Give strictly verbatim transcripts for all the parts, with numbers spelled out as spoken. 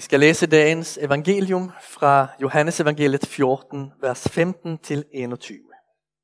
skal læse dagens evangelium fra Johannes evangeliet fjorten, vers femten til enogtyve.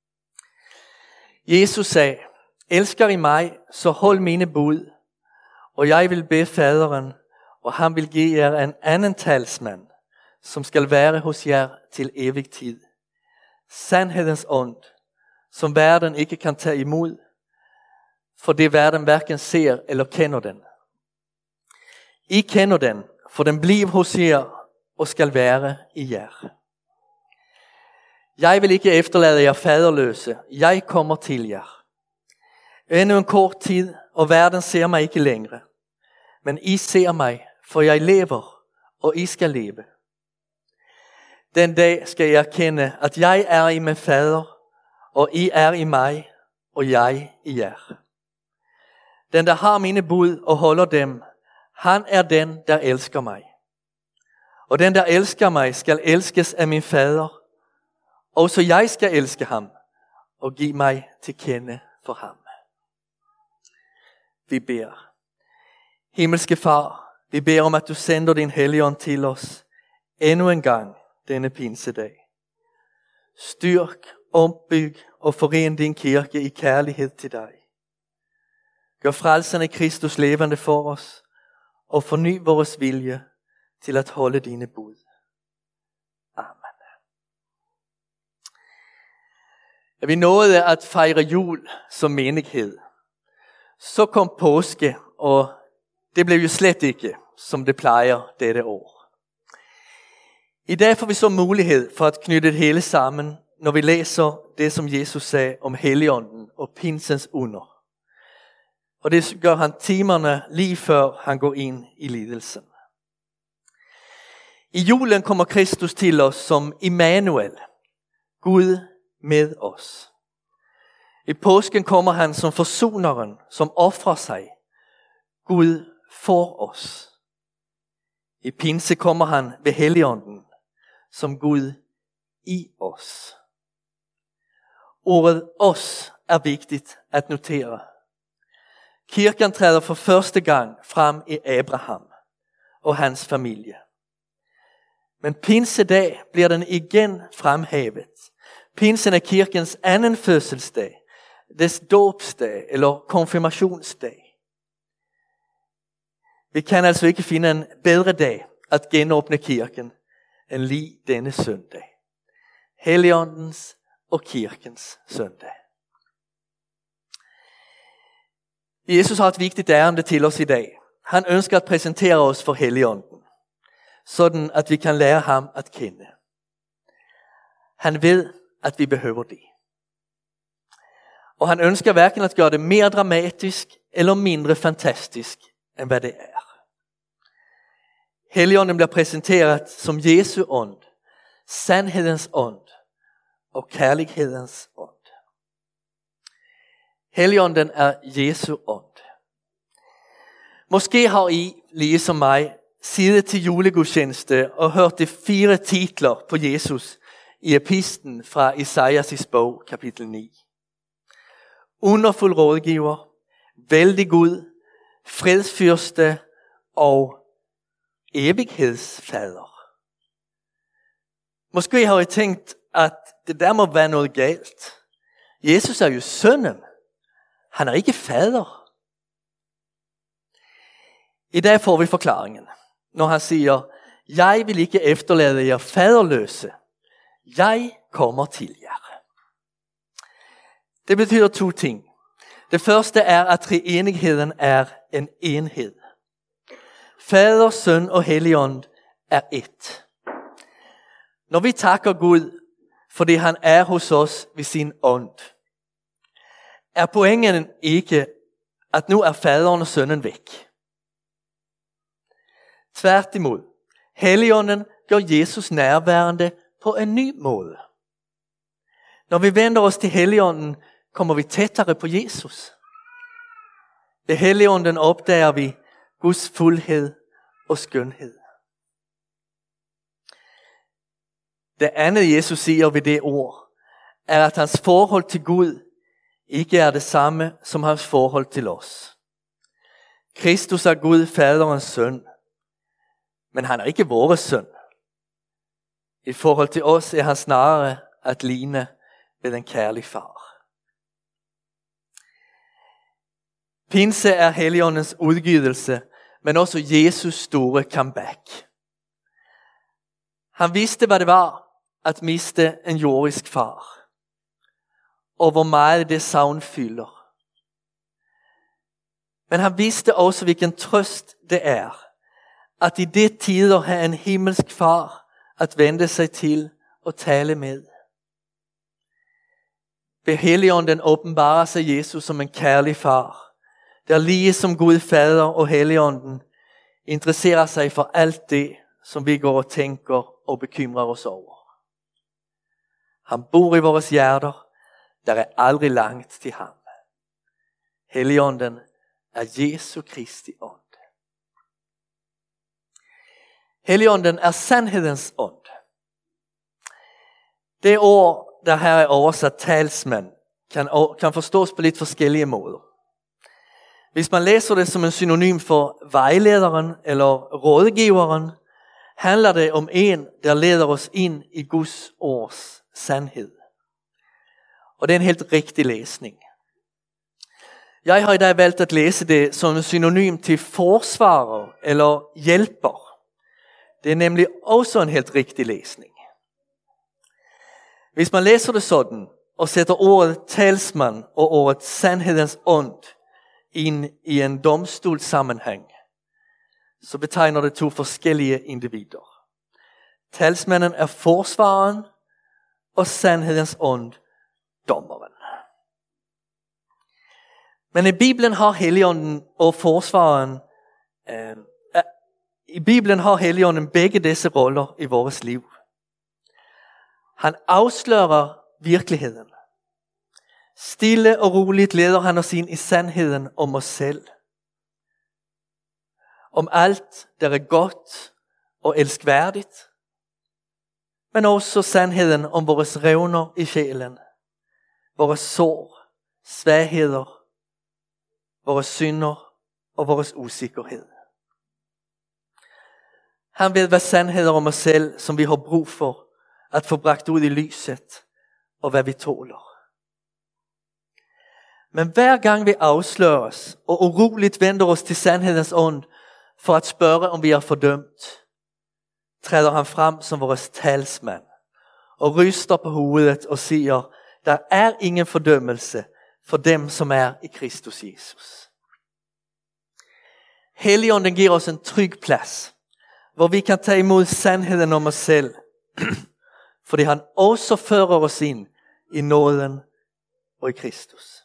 Jesus sagde, elsker I mig, så hold mine bud, og jeg vil bede faderen, og han vil give jer en anden talsmand, som skal være hos jer til evig tid. Sandhedens ånd, som verden ikke kan tage imod, for det verden hverken ser eller kender den. I kender den, for den bliver hos jer og skal være i jer. Jeg vil ikke efterlade jer faderløse, jeg kommer til jer. Endnu en kort tid, og verden ser mig ikke længere. Men I ser mig, for jeg lever, og I skal leve. Den dag skal jeg erkende, at jeg er i min fader, og I er i mig, og jeg i jer. Den, der har mine bud og holder dem, han er den, der elsker mig. Og den, der elsker mig, skal elskes af min fader, og så jeg skal elske ham, og give mig til kende for ham. Vi beder. Himmelske Far, vi beder om, at du sender din Helligånd til os endnu en gang denne pinsedag. Styrk, opbyg og foren din kirke i kærlighed til dig. Gør frelsen i Kristus levende for os, og forny vores vilje til at holde dine bud. Amen. Ja, vi nåede at fejre jul som menighed. Så kom påske, og det blev jo slet ikke, som det plejer dette år. I dag får vi så mulighed for at knytte det hele sammen, når vi læser det, som Jesus sagde om Helligånden og pinsens under. Og det gør han timerne lige før han går ind i lidelsen. I julen kommer Kristus til os som Immanuel, Gud med os. I påsken kommer han som forsoneren, som offrer sig, Gud for os. I pinse kommer han ved Helligånden, som Gud i os. Ordet os er vigtigt at notere. Kirken træder for første gang frem i Abraham og hans familie. Men pinsedag bliver den igen fremhævet. Pinsen er kirkens anden fødselsdag, dets dåbsdag eller konfirmationsdag. Vi kan altså ikke finde en bedre dag at genåbne kirken end lige denne søndag. Helligåndens og kirkens søndag. Jesus har et vigtigt ærende til os i dag. Han ønsker at præsentere os for Helligånden, sådan at vi kan lære ham at kende. Han ved, at vi behøver det. Og han ønsker hverken at gøre det mere dramatisk eller mindre fantastisk, end hvad det er. Helligånden bliver præsenteret som Jesu ånd, sandhedens ånd og kærlighedens ånd. Helligånden er Jesu ånd. Måske har I, lige som mig, siddet til julegudstjeneste og hørt de fire titler på Jesus i episten fra Esajas bog, kapitel ni. Underfuld rådgiver, vældig Gud, fredsfyrste og evighedsfader. Måske har I tænkt, at det der må være noget galt. Jesus er jo sønnen. Han er ikke fader. I dag får vi forklaringen, når han siger, jeg vil ikke efterlade jer faderløse. Jeg kommer til jer. Det betyder to ting. Det første er, at treenigheden er en enhed. Fader, søn og helligånd er ét. Når vi takker Gud, fordi han er hos os ved sin ånd, er pointen ikke, at nu er faderen og sønnen væk. Tværtimod, Helligånden gør Jesus nærværende på en ny måde. Når vi vender os til Helligånden, kommer vi tættere på Jesus. Ved Helligånden opdager vi Guds fuldhed og skønhed. Det andet Jesus siger ved det ord, er at hans forhold til Gud ikke er det samme som hans forhold til os. Kristus er Gud, faderens søn. Men han er ikke vores søn. I forhold til os er han snarere at ligne ved en kærlig far. Pinse er Helligåndens udgydelse, men også Jesus store comeback. Han vidste, hvad det var at miste en jordisk far, og hvor meget det savn fylder. Men han vidste også, hvilken trøst det er, at i det tider have en himmelsk far at vende sig til og tale med. Ved Helligånden åbenbarer sig Jesus som en kærlig far, der lige som Gud Fader og Helligånden interesserer sig for alt det, som vi går og tænker og bekymrer os over. Han bor i vores hjerter, der er aldrig langt til ham. Helligånden er Jesu Kristi ånd. Helligånden er sandhedens ånd. Det ord, der her er oversat talsmand, kan, kan forstås på lidt forskellige måder. Hvis man læser det som en synonym for vejlederen eller rådgiveren, handler det om en, der leder os ind i Guds ords sandhed. Og det er en helt rigtig læsning. Jeg har i dag valgt at læse det som en synonym til forsvarer eller hjælper. Det er nemlig også en helt rigtig læsning. Hvis man læser det sådan og sætter ordet talsmand og ordet sandhedens ånd ind i en domstolssammenhæng, så betegner det to forskellige individer. Talsmanden er forsvareren, og sandhedens ånd dommeren. Men i Bibelen har Helligånden og forsvareren, øh, i Bibelen har Helligånden begge disse roller i vores liv. Han afslører virkeligheden. Stille og roligt leder han os ind i sandheden om os selv. Om alt, der er godt og elskværdigt. Men også sandheden om vores revner i sjælen. Vores sår, svagheder, vores synder og vores usikkerhed. Han ved, hvad sandheder om os selv, som vi har brug for at få bragt ud i lyset, og hvad vi tåler. Men hver gang vi afsløres og uroligt vender os til sandhedens ånd for at spørge, om vi er fordømt, træder han frem som vores talsmand og ryster på hovedet og siger, der er ingen fordømmelse for dem, som er i Kristus Jesus. Helligånden giver os en tryg plads, hvor vi kan tage imod sandheden om os selv, fordi han også fører os ind i nåden og i Kristus.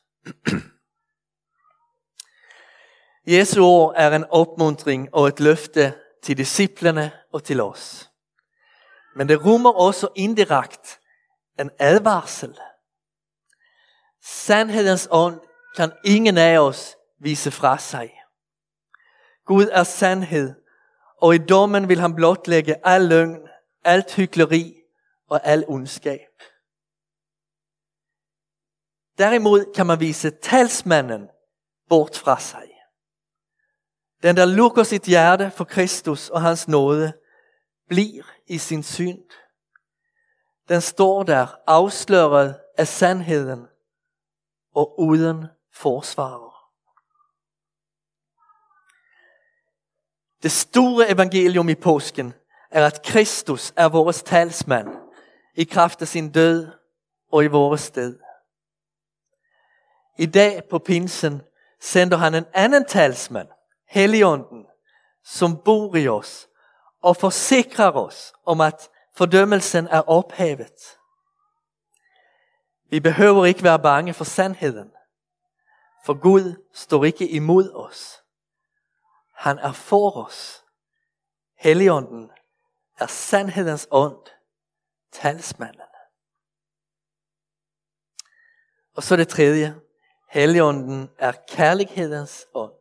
Jesu ord er en opmuntring og et løfte til disciplene og til os. Men det rummer også indirekte en advarsel. Sandhedens ånd kan ingen af os vise fra sig. Gud er sandhed, og i dommen vil han blotlægge al løgn, alt hykleri og al ondskab. Derimod kan man vise talsmanden bort fra sig. Den, der lukker sit hjerte for Kristus og hans nåde, bliver i sin synd. Den står der afsløret af sandheden og uden forsvarer. Det store evangelium i påsken er, at Kristus er vores talsmand i kraft af sin død og i vores sted. I dag på pinsen sender han en anden talsmand, Helligånden, som bor i os og forsikrer os om, at fordømmelsen er ophævet. Vi behøver ikke være bange for sandheden, for Gud står ikke imod os. Han er for os. Helligånden er sandhedens ånd, talsmanden. Og så det tredje. Helligånden er kærlighedens ånd.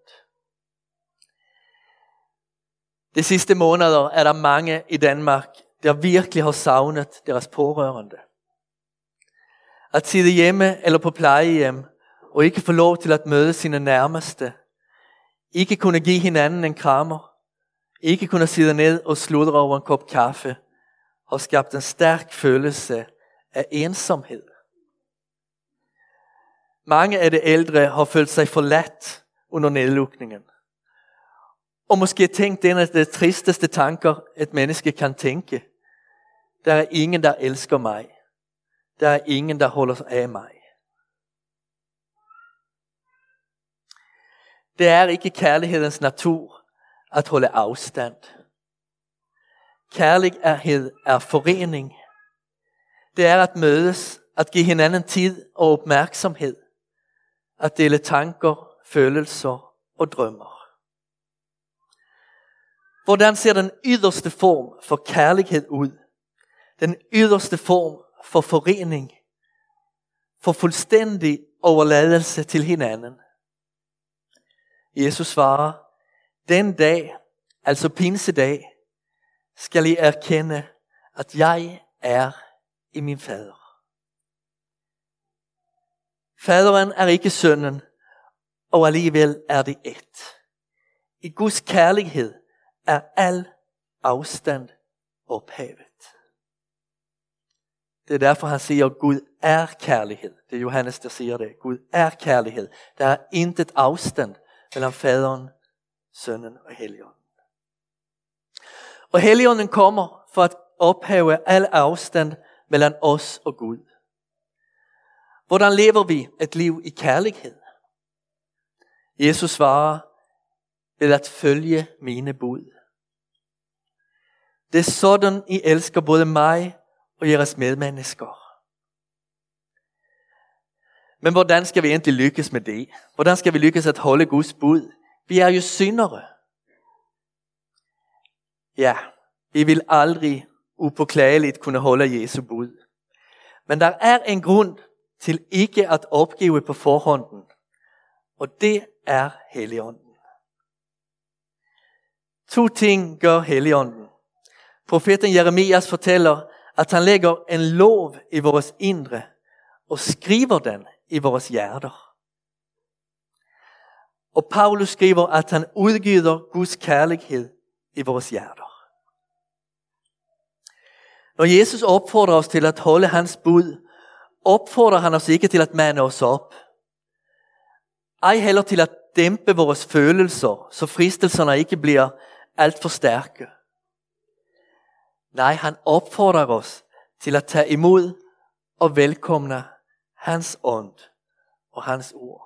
De sidste måneder er der mange i Danmark, der virkelig har savnet deres pårørende. At sidde hjemme eller på plejehjem og ikke få lov til at møde sine nærmeste. Ikke kunne give hinanden en krammer. ikke kunne sidde ned og sludre over en kop kaffe, har skabt en stærk følelse af ensomhed. Mange af de ældre har følt sig forladt under nedlukningen. Og måske tænkt en af de tristeste tanker, et menneske kan tænke. Der er ingen, der elsker mig. Der er ingen, der holder af mig. Det er ikke kærlighedens natur at holde afstand. Kærlighed er forening. Det er at mødes, at give hinanden tid og opmærksomhed. At dele tanker, følelser og drømmer. Hvordan ser den yderste form for kærlighed ud? Den yderste form for forening. For fuldstændig overladelse til hinanden. Jesus svarer, den dag, altså pinsedag, skal I erkende, at jeg er i min fader. Faderen er ikke sønnen, og alligevel er det ét. I Guds kærlighed er al afstand ophævet. Det er derfor han siger, at Gud er kærlighed. Det er Johannes, der siger det. Gud er kærlighed. Der er intet afstand mellem faderen, sønnen og Helligånden. Og Helligånden kommer for at ophæve al afstand mellem os og Gud. Hvordan lever vi et liv i kærlighed? Jesus svarer, ved at følge mine bud. Det er sådan, I elsker både mig og jeres medmennesker. Men hvordan skal vi egentlig lykkes med det? Hvordan skal vi lykkes at holde Guds bud? Vi er jo syndere. Ja, vi vil aldrig upåklageligt kunne holde Jesu bud. Men der er en grund til ikke at opgive på forhånden. Og det er Helligånden. To ting gør Helligånden. Profeten Jeremias fortæller, at han lægger en lov i vores indre og skriver den i vores hjerter. Og Paulus skriver, at han udgyder Guds kærlighed i vores hjerter. Når Jesus opfordrer os til at holde hans bud, opfordrer han os ikke til at mande os op. Ej heller til at dæmpe vores følelser, så fristelserne ikke bliver alt for stærke. Nej, han opfordrer os til at tage imod og velkomne hans ånd og hans ord.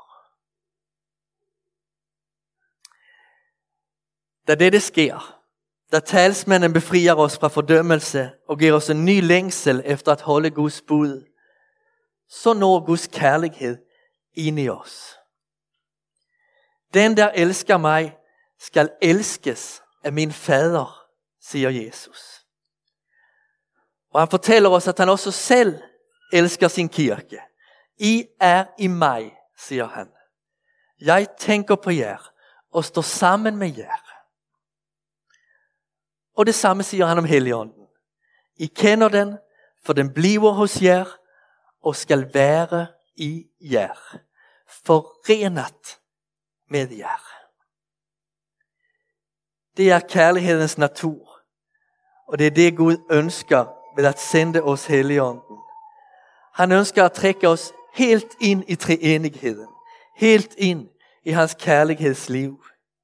Da dette sker, da talsmanden befrier os fra fordømmelse og giver os en ny længsel efter at holde Guds bud, så når Guds kærlighed ind i os. Den, der elsker mig, skal elskes af min fader, siger Jesus. Og han fortæller os, at han også selv elsker sin kirke. I er i mig, siger han. Jeg tænker på jer og står sammen med jer. Og det samme siger han om Helligånden. I kender den, for den bliver hos jer og skal være i jer. Forenet med jer. Det er kærlighedens natur. Og det er det Gud ønsker ved at sende os Helligånden. Han ønsker at trække os helt ind i treenigheden. Helt ind i hans kærlighedsliv.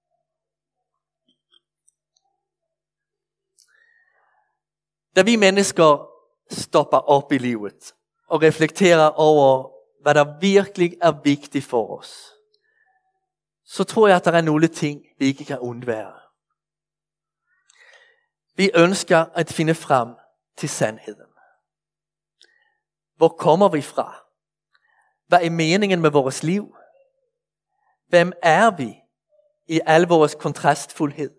Da vi mennesker stopper op i livet og reflekterer over, hvad der virkelig er vigtigt for os, så tror jeg, at der er nogle ting, vi ikke kan undvære. Vi ønsker at finde frem til sandheden. Hvor kommer vi fra? Hvad er meningen med vores liv? Hvem er vi i al vores kontrastfuldhed?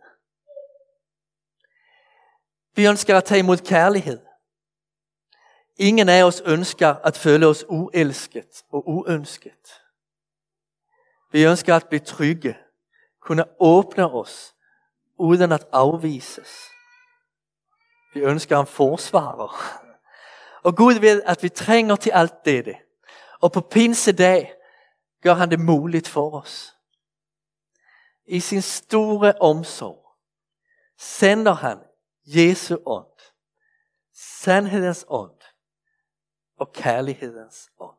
Vi ønsker at tage imod kærlighed. Ingen af os ønsker at føle os uelsket og uønsket. Vi ønsker at blive trygge, kunne åbne os uden at afvises. Vi ønsker en forsvarer. Og Gud ved, at vi trænger til alt dette. Og på pinsedag gør han det muligt for os. I sin store omsorg sender han Jesu ånd, sandhedens ånd og kærlighedens ånd.